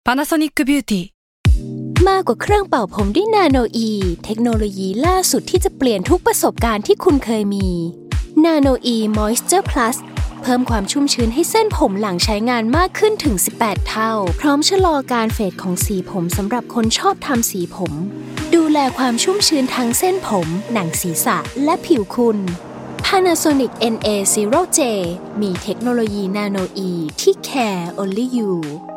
Panasonic Beauty มากกว่าเครื่องเป่าผมด้วยนาโนอีเทคโนโลยีล่าสุดที่จะเปลี่ยนทุกประสบการณ์ที่คุณเคยมีนาโนอีมอยส์เจอร์พลัสเพิ่มความชุ่มชื้นให้เส้นผมหลังใช้งานมากขึ้นถึง18เท่าพร้อมชะลอการเฟดของสีผมสำหรับคนชอบทำสีผมดูแลความชุ่มชื้นทั้งเส้นผมหนังศีรษะและผิวคุณ Panasonic NA0J มีเทคโนโลยีนาโนอีที่ care only you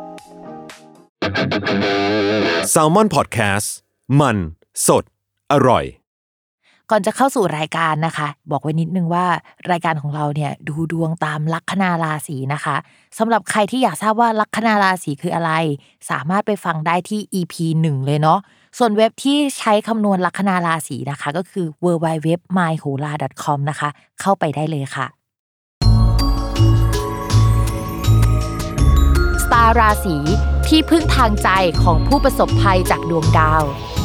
Salmon Podcast มันสดอร่อยก่อนจะเข้าสู่รายการนะคะบอกไว้นิดนึงว่ารายการของเราเนี่ยดูดวงตามลัคนาราศีนะคะสำหรับใครที่อยากทราบว่าลัคนาราศีคืออะไรสามารถไปฟังได้ที่ EP 1 เลยเนาะส่วนเว็บที่ใช้คำนวณลัคนาราศีนะคะก็คือ www.myhola.com นะคะเข้าไปได้เลยค่ะสตาร์ราศีที่พึ่งทางใจของผู้ประสบภัยจากดวงดาว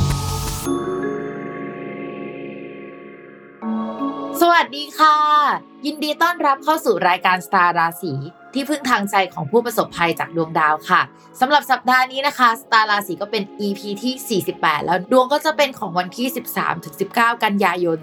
สวัสดีค่ะยินดีต้อนรับเข้าสู่รายการสตาร์ราศีที่พึ่งทางใจของผู้ประสบภัยจากดวงดาวค่ะสำหรับสัปดาห์นี้นะคะสตาร์ราศีก็เป็น EP ที่48แล้วดวงก็จะเป็นของวันที่ 13-19 กันยายน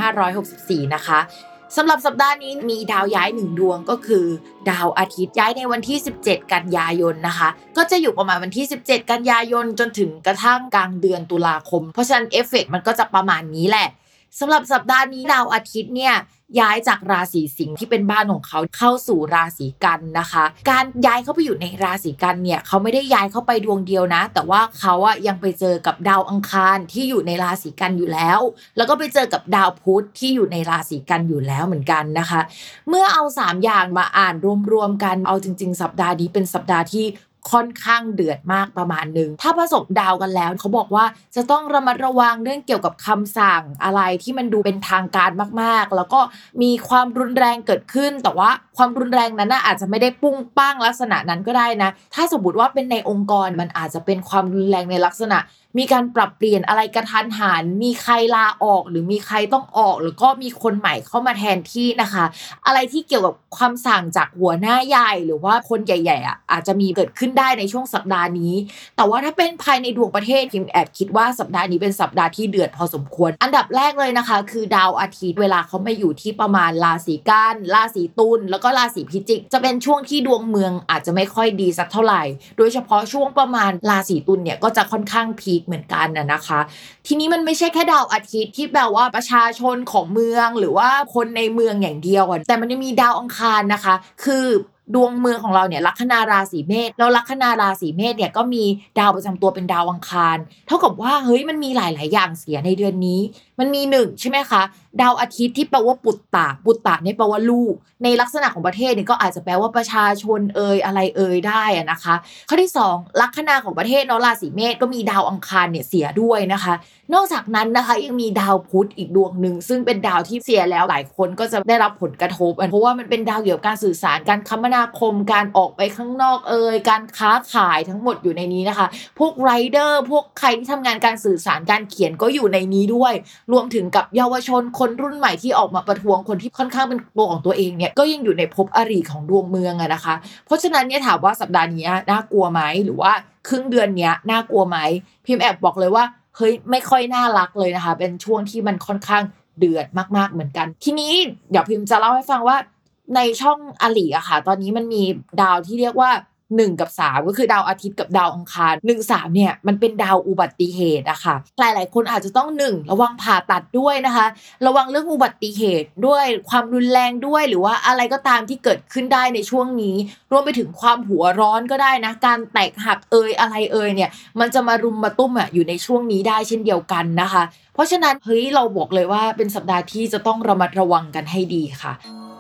2564นะคะสำหรับสัปดาห์นี้มีดาวย้าย1ดวงก็คือดาวอาทิตย์ย้ายในวันที่17กันยายนนะคะก็จะอยู่ประมาณวันที่17กันยายนจนถึงกระทั่งกลางเดือนตุลาคมเพราะฉะนั้นเอฟเฟคมันก็จะประมาณนี้แหละสำหรับสัปดาห์นี้ดาวอาทิตย์เนี่ยย้ายจากราศีสิงห์ที่เป็นบ้านของเขาเข้าสู่ราศีกันนะคะการย้ายเข้าไปอยู่ในราศีกันเนี่ยเขาไม่ได้ย้ายเข้าไปดวงเดียวนะแต่ว่าเขาอะยังไปเจอกับดาวอังคารที่อยู่ในราศีกันอยู่แล้วแล้วก็ไปเจอกับดาวพุธที่อยู่ในราศีกันอยู่แล้วเหมือนกันนะคะเมื่อเอา3อย่างมาอ่านรวมๆกันเอาจริงๆสัปดาห์นี้เป็นสัปดาห์ที่ค่อนข้างเดือดมากประมาณนึงถ้าผสมดาวกันแล้วเขาบอกว่าจะต้องระมัดระวังเรื่องเกี่ยวกับคำสั่งอะไรที่มันดูเป็นทางการมากๆแล้วก็มีความรุนแรงเกิดขึ้นแต่ว่าความรุนแรงนั้นน่ะอาจจะไม่ได้ปุ้งป้างลักษณะนั้นก็ได้นะถ้าสมมติว่าเป็นในองค์กรมันอาจจะเป็นความรุนแรงในลักษณะมีการปรับเปลี่ยนอะไรกระทันหันมีใครลาออกหรือมีใครต้องออกหรือก็มีคนใหม่เข้ามาแทนที่นะคะอะไรที่เกี่ยวกับคำสั่งจากหัวหน้าใหญ่หรือว่าคนใหญ่ๆอ่ะอาจจะมีเกิดขึ้นได้ในช่วงสัปดาห์นี้แต่ว่าถ้าเป็นภายในดวงประเทศพิมแอบคิดว่าสัปดาห์นี้เป็นสัปดาห์ที่เดือดพอสมควรอันดับแรกเลยนะคะคือดาวอาทิตย์เวลาเขามาอยู่ที่ประมาณราศีกันราศีตุลแล้วก็ราศีพิจิกจะเป็นช่วงที่ดวงเมืองอาจจะไม่ค่อยดีสักเท่าไหร่โดยเฉพาะช่วงประมาณราศีตุลเนี่ยก็จะค่อนข้างพีคเหมือนกันนะคะทีนี้มันไม่ใช่แค่ดาวอาทิตย์ที่แปลว่าประชาชนของเมืองหรือว่าคนในเมืองอย่างเดียวแต่มันยังมีดาวอังคารนะคะคือดวงเมืองของเราเนี่ยลัคนาราศีเมษแล้วลัคนาราศีเมษเนี่ยก็มีดาวประจำตัวเป็นดาวอังคารเท่ากับว่าเฮ้ยมันมีหลายๆอย่างเสียในเดือนนี้มันมี1ใช่ไหมคะดาวอาทิตย์ที่แปลว่าปุตตะเนี่ยแปลว่าลูกในลักษณะของประเทศเนี่ยก็อาจจะแปลว่าประชาชนอะไรได้นะคะข้อที่2ลัคนาของประเทศเนาะราศีเมษก็มีดาวอังคารเนี่ยเสียด้วยนะคะนอกจากนั้นนะคะยังมีดาวพุธอีกดวงนึงซึ่งเป็นดาวที่เสียแล้วหลายคนก็จะได้รับผลกระทบเพราะว่ามันเป็นดาวเกี่ยวกับการสื่อสารการคมนาคมการออกไปข้างนอกการค้าขายทั้งหมดอยู่ในนี้นะคะพวกไรเดอร์พวกใครที่ทำงานการสื่อสารการเขียนก็อยู่ในนี้ด้วยรวมถึงกับเยาวชนคนรุ่นใหม่ที่ออกมาประท้วงคนที่ค่อนข้างเป็นตัวของตัวเองเนี่ยก็ยังอยู่ในภพอริของดวงเมืองนะคะเพราะฉะนั้นเนี่ยถามว่าสัปดาห์นี้น่ากลัวไหมหรือว่าครึ่งเดือนเนี้ยน่ากลัวไหมพิมพ์แอบบอกเลยว่าเฮ้ยไม่ค่อยน่ารักเลยนะคะเป็นช่วงที่มันค่อนข้างเดือดมากๆเหมือนกันทีนี้เดี๋ยวพิมพ์จะเล่าให้ฟังว่าในช่องอลิอะค่ะตอนนี้มันมีดาวที่เรียกว่า1กับ3ก็คือดาวอาทิตย์กับดาวอังคาร1-3เนี่ยมันเป็นดาวอุบัติเหตุอะค่ะหลายๆคนอาจจะต้อง1ระวังผ่าตัดด้วยนะคะระวังเรื่องอุบัติเหตุด้วยความรุนแรงด้วยหรือว่าอะไรก็ตามที่เกิดขึ้นได้ในช่วงนี้รวมไปถึงความหัวร้อนก็ได้นะการแตกหักอะไรเนี่ยมันจะมารุมมาตุ้มอยู่ในช่วงนี้ได้เช่นเดียวกันนะคะเพราะฉะนั้นเฮ้ยเราบอกเลยว่าเป็นสัปดาห์ที่จะต้องระมัดระวังกันให้ดีค่ะ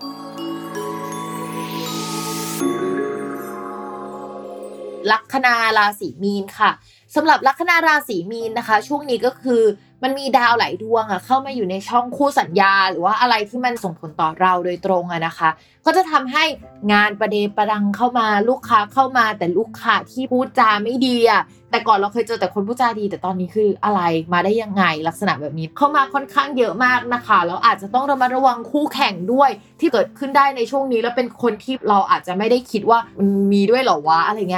ลัคนาราศีมีนค่ะสำหรับลัคนาราศีมีนนะคะช่วงนี้ก็คือมันมีดาวหลายดวงเข้ามาอยู่ในช่องคู่สัญญาหรือว่าอะไรที่มันส่งผลต่อเราโดยตรงนะคะก็จะทำให้งานประเดประดังเข้ามาลูกค้าเข้ามาแต่ลูกค้าที่พูดจาไม่ดีแต่ก่อนเราเคยเจอแต่คนพูดจาดีแต่ตอนนี้คืออะไรมาได้ยังไงลักษณะแบบนี้เข้ามาค่อนข้างเยอะมากนะคะแล้วอาจจะต้องระมัดระวังคู่แข่งด้วยที่เกิดขึ้นได้ในช่วงนี้แล้วเป็นคนที่เราอาจจะไม่ได้คิดว่ามันมีด้วยหรอวะอะไรเงี้ยเพ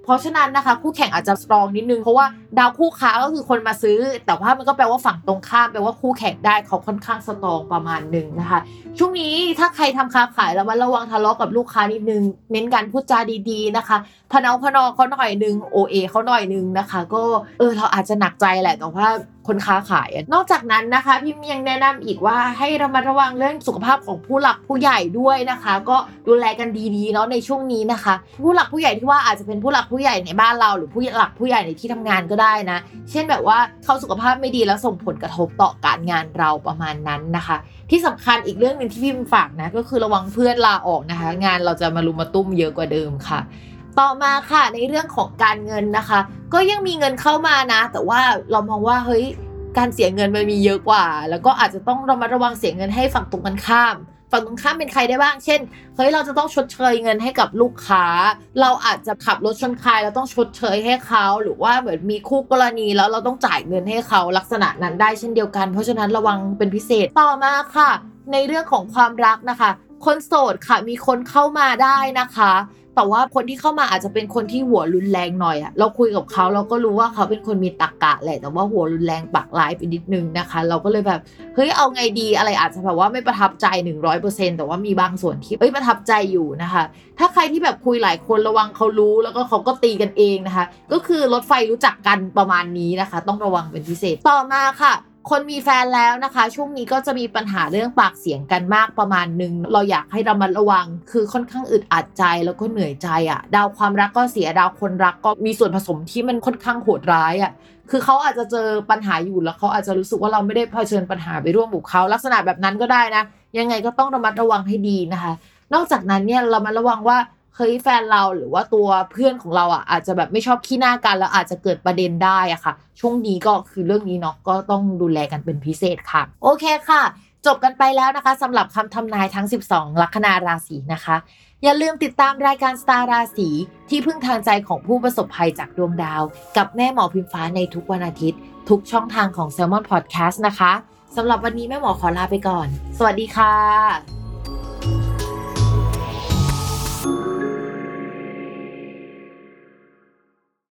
ราะฉะนั้นนะคะคู่แข่งอาจจะสตรองนิดนึงเพราะว่าดาวคู่ค้าก็คือคนมาซื้อแต่ว่ามันก็แปลว่าฝั่งตรงข้ามแปลว่าคู่แข่งได้เขาค่อนข้างสตรองประมาณนึงนะคะช่วงนี้ถ้าใครทำค้าขายแล้วมันระวังทะเลาะกับลูกค้านิดนึงเน้นการพูดจาดีๆนะคะพนอเขาหน่อยนึงโอเอเขาหน่อยนึงนะคะก็เราอาจจะหนักใจแหละแต่ว่าคนค้าขายนอกจากนั้นนะคะพี่ยังแนะนำอีกว่าให้ระมัดระวังเรื่องสุขภาพของผู้หลักผู้ใหญ่ด้วยนะคะก็ดูแลกันดีๆเนาะในช่วงนี้นะคะผู้หลักผู้ใหญ่ที่ว่าอาจจะเป็นผู้หลักผู้ใหญ่ในบ้านเราหรือผู้หลักผู้ใหญ่ในที่ทำงานก็ได้นะเช่นแบบว่าเขาสุขภาพไม่ดีแล้วส่งผลกระทบต่อการงานเราประมาณนั้นนะคะที่สำคัญอีกเรื่องนึงที่พี่ฝากนะก็คือระวังเพื่อนลาออกนะคะงานเราจะมารุมมาตุ้มเยอะกว่าเดิมค่ะต่อมาค่ะในเรื่องของการเงินนะคะก็ยังมีเงินเข้ามานะแต่ว่าเรามองว่าเฮ้ยการเสียเงินมันมีเยอะกว่าแล้วก็อาจจะต้องระมัดระวังเสียเงินให้ฝั่งตรงกันข้ามเป็นใครได้บ้างเช่นเฮ้ยเราจะต้องชดเชยเงินให้กับลูกค้าเราอาจจะขับรถชนใครเราต้องชดเชยให้เขาหรือว่าเหมือนมีคู่กรณีแล้วเราต้องจ่ายเงินให้เขาลักษณะนั้นได้เช่นเดียวกันเพราะฉะนั้นระวังเป็นพิเศษต่อมาค่ะในเรื่องของความรักนะคะคนโสดค่ะมีคนเข้ามาได้นะคะแต่ว่าคนที่เข้ามาอาจจะเป็นคนที่หัวรุนแรงหน่อยอะเราคุยกับเขาเราก็รู้ว่าเขาเป็นคนมีตรรกะแหละแต่ว่าหัวรุนแรงปากร้ายไปนิดนึงนะคะเราก็เลยแบบเฮ้ยเอาไงดีอะไรอาจจะแบบว่าไม่ประทับใจ 100% แต่ว่ามีบางส่วนที่ประทับใจอยู่นะคะถ้าใครที่แบบคุยหลายคนระวังเขารู้แล้วก็เขาก็ตีกันเองนะคะก็คือรถไฟรู้จักกันประมาณนี้นะคะต้องระวังเป็นพิเศษต่อมาค่ะคนมีแฟนแล้วนะคะช่วงนี้ก็จะมีปัญหาเรื่องปากเสียงกันมากประมาณนึงเราอยากให้ระมัดระวังคือค่อนข้างอึดอัดใจแล้วก็เหนื่อยใจดาวความรักก็เสียดาวคนรักก็มีส่วนผสมที่มันค่อนข้างโหดร้ายคือเขาอาจจะเจอปัญหาอยู่แล้วเขาอาจจะรู้สึกว่าเราไม่ได้เผชิญปัญหาไปร่วมกับเขาลักษณะแบบนั้นก็ได้นะยังไงก็ต้องระมัดระวังให้ดีนะคะนอกจากนั้นเนี่ยเรามาระวังว่าเฮ้ยแฟนเราหรือว่าตัวเพื่อนของเราอาจจะแบบไม่ชอบขี้หน้ากันแล้วอาจจะเกิดประเด็นได้ค่ะช่วงนี้ก็คือเรื่องนี้เนาะก็ต้องดูแลกันเป็นพิเศษค่ะโอเคค่ะจบกันไปแล้วนะคะสำหรับคำทำนายทั้ง12ลัคนาราศีนะคะอย่าลืมติดตามรายการสตาร์ราศีที่พึ่งทางใจของผู้ประสบภัยจากดวงดาวกับแม่หมอพิมฟ้าในทุกวันอาทิตย์ทุกช่องทางของ Salmon Podcast นะคะสำหรับวันนี้แม่หมอขอลาไปก่อนสวัสดีค่ะ